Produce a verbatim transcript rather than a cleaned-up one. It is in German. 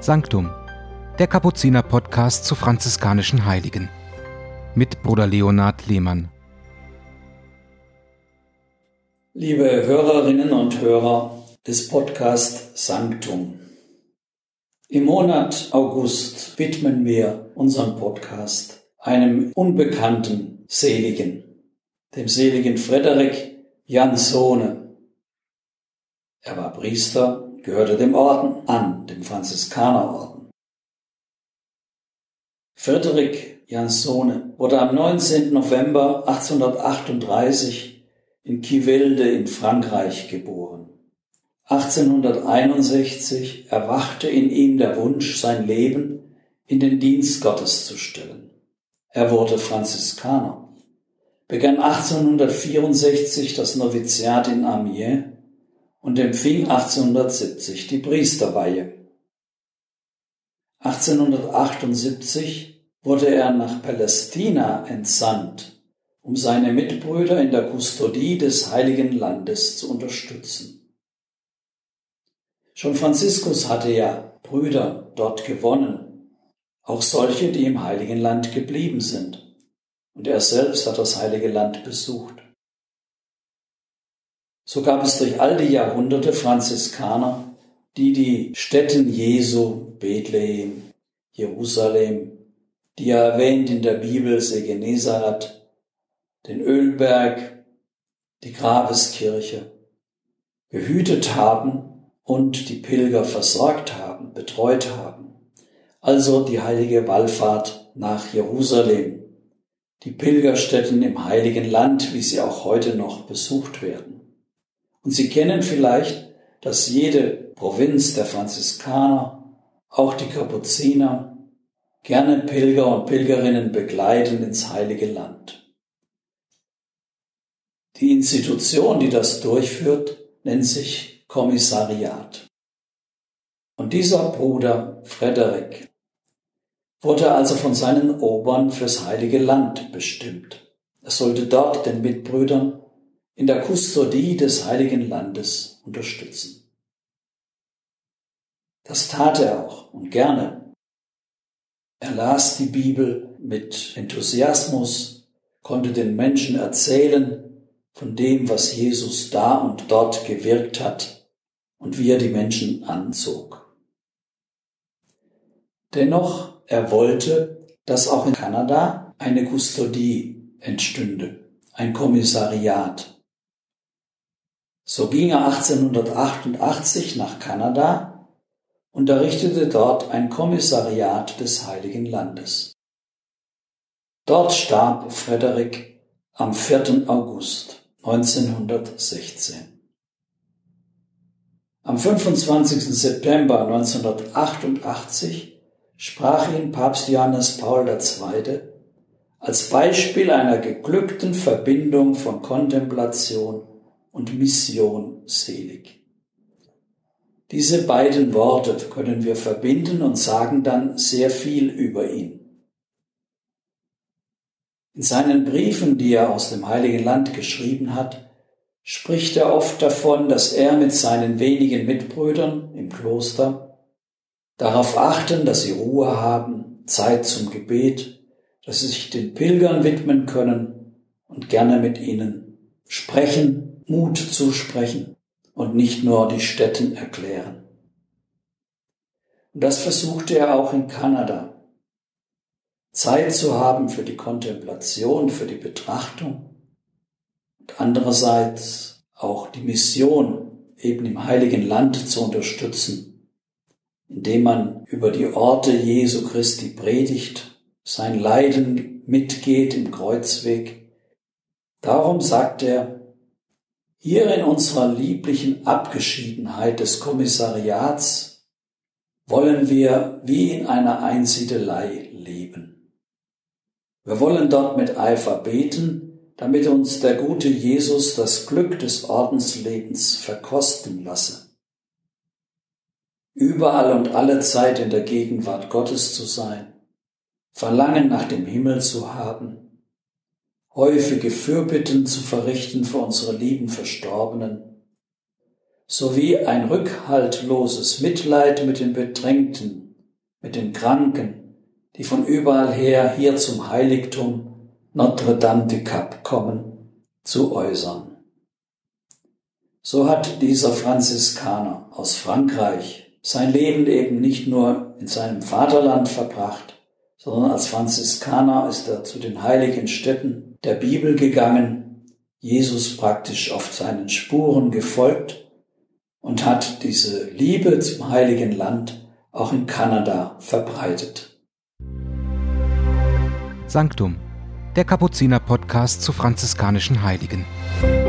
Sanctum, der Kapuziner-Podcast zu franziskanischen Heiligen. Mit Bruder Leonhard Lehmann. Liebe Hörerinnen und Hörer des Podcasts Sanctum. Im Monat August widmen wir unseren Podcast einem unbekannten Seligen, dem seligen Frederik Jansone. Er war Priester, gehörte dem Orden an, dem Franziskanerorden. Frederik Jansone wurde am neunzehnten November achtzehnhundertachtunddreißig in Kivelde in Frankreich geboren. achtzehnhunderteinundsechzig erwachte in ihm der Wunsch, sein Leben in den Dienst Gottes zu stellen. Er wurde Franziskaner, begann achtzehnhundertvierundsechzig das Noviziat in Amiens und empfing achtzehnhundertsiebzig die Priesterweihe. achtzehnhundertachtundsiebzig wurde er nach Palästina entsandt, um seine Mitbrüder in der Kustodie des Heiligen Landes zu unterstützen. Schon Franziskus hatte ja Brüder dort gewonnen, auch solche, die im Heiligen Land geblieben sind, und er selbst hat das Heilige Land besucht. So gab es durch all die Jahrhunderte Franziskaner, die die Stätten Jesu, Bethlehem, Jerusalem, die ja erwähnt in der Bibel See Genezareth, den Ölberg, die Grabeskirche, gehütet haben und die Pilger versorgt haben, betreut haben. Also die heilige Wallfahrt nach Jerusalem, die Pilgerstätten im Heiligen Land, wie sie auch heute noch besucht werden. Und Sie kennen vielleicht, dass jede Provinz der Franziskaner, auch die Kapuziner, gerne Pilger und Pilgerinnen begleiten ins Heilige Land. Die Institution, die das durchführt, nennt sich Kommissariat. Und dieser Bruder Frederik wurde also von seinen Obern fürs Heilige Land bestimmt. Er sollte dort den Mitbrüdern in der Kustodie des Heiligen Landes unterstützen. Das tat er auch und gerne. Er las die Bibel mit Enthusiasmus, konnte den Menschen erzählen von dem, was Jesus da und dort gewirkt hat und wie er die Menschen anzog. Dennoch, er wollte, dass auch in Kanada eine Kustodie entstünde, ein Kommissariat. So ging er achtzehnhundertachtundachtzig nach Kanada und errichtete dort ein Kommissariat des Heiligen Landes. Dort starb Frederik am vierten August neunzehnhundertsechzehn. Am fünfundzwanzigsten September neunzehnhundertachtundachtzig sprach ihn Papst Johannes Paul der Zweite als Beispiel einer geglückten Verbindung von Kontemplation und Mission selig. Diese beiden Worte können wir verbinden und sagen dann sehr viel über ihn. In seinen Briefen, die er aus dem Heiligen Land geschrieben hat, spricht er oft davon, dass er mit seinen wenigen Mitbrüdern im Kloster darauf achten, dass sie Ruhe haben, Zeit zum Gebet, dass sie sich den Pilgern widmen können und gerne mit ihnen sprechen, Mut zusprechen und nicht nur die Stätten erklären. Und das versuchte er auch in Kanada. Zeit zu haben für die Kontemplation, für die Betrachtung und andererseits auch die Mission eben im Heiligen Land zu unterstützen, indem man über die Orte Jesu Christi predigt, sein Leiden mitgeht im Kreuzweg. Darum sagt er, hier in unserer lieblichen Abgeschiedenheit des Kommissariats wollen wir wie in einer Einsiedelei leben. Wir wollen dort mit Eifer beten, damit uns der gute Jesus das Glück des Ordenslebens verkosten lasse. Überall und alle Zeit in der Gegenwart Gottes zu sein, Verlangen nach dem Himmel zu haben, häufige Fürbitten zu verrichten für unsere lieben Verstorbenen, sowie ein rückhaltloses Mitleid mit den Bedrängten mit den Kranken, die von überall her hier zum Heiligtum Notre-Dame du Cap kommen, zu äußern. So hat dieser Franziskaner aus Frankreich sein Leben eben nicht nur in seinem Vaterland verbracht, sondern als Franziskaner ist er zu den heiligen Städten der Bibel gegangen, Jesus praktisch auf seinen Spuren gefolgt und hat diese Liebe zum Heiligen Land auch in Kanada verbreitet. Sanctum, der Kapuziner-Podcast zu franziskanischen Heiligen.